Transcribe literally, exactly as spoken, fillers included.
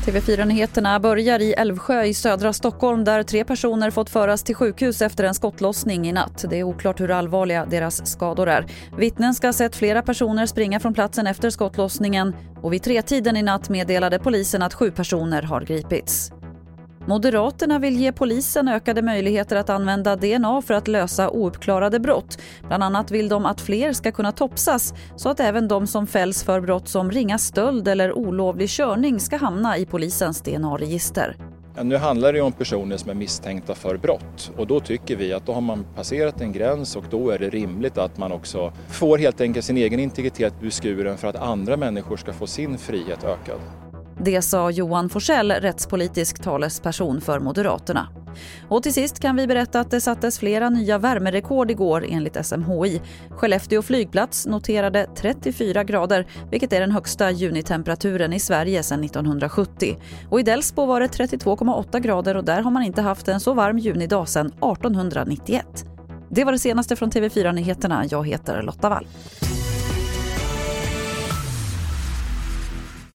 T V fyra-nyheterna börjar i Älvsjö i södra Stockholm där tre personer fått föras till sjukhus efter en skottlossning i natt. Det är oklart hur allvarliga deras skador är. Vittnen ska ha sett flera personer springa från platsen efter skottlossningen och vid tretiden i natt meddelade polisen att sju personer har gripits. Moderaterna vill ge polisen ökade möjligheter att använda D N A för att lösa ouppklarade brott. Bland annat vill de att fler ska kunna topsas så att även de som fälls för brott som ringa stöld eller olovlig körning ska hamna i polisens D N A-register. Ja, nu handlar det om personer som är misstänkta för brott och då tycker vi att då har man passerat en gräns och då är det rimligt att man också får helt enkelt sin egen integritet beskuren för att andra människor ska få sin frihet ökad. Det sa Johan Forsell, rättspolitisk talesperson för Moderaterna. Och till sist kan vi berätta att det sattes flera nya värmerekord igår enligt S M H I. Skellefteå flygplats noterade trettiofyra grader, vilket är den högsta junitemperaturen i Sverige sedan nittonhundrasjuttio. Och i Delsbo var det trettiotvå komma åtta grader och där har man inte haft en så varm junidag sedan artonhundranittioett. Det var det senaste från T V fyra-nyheterna. Jag heter Lotta Wall.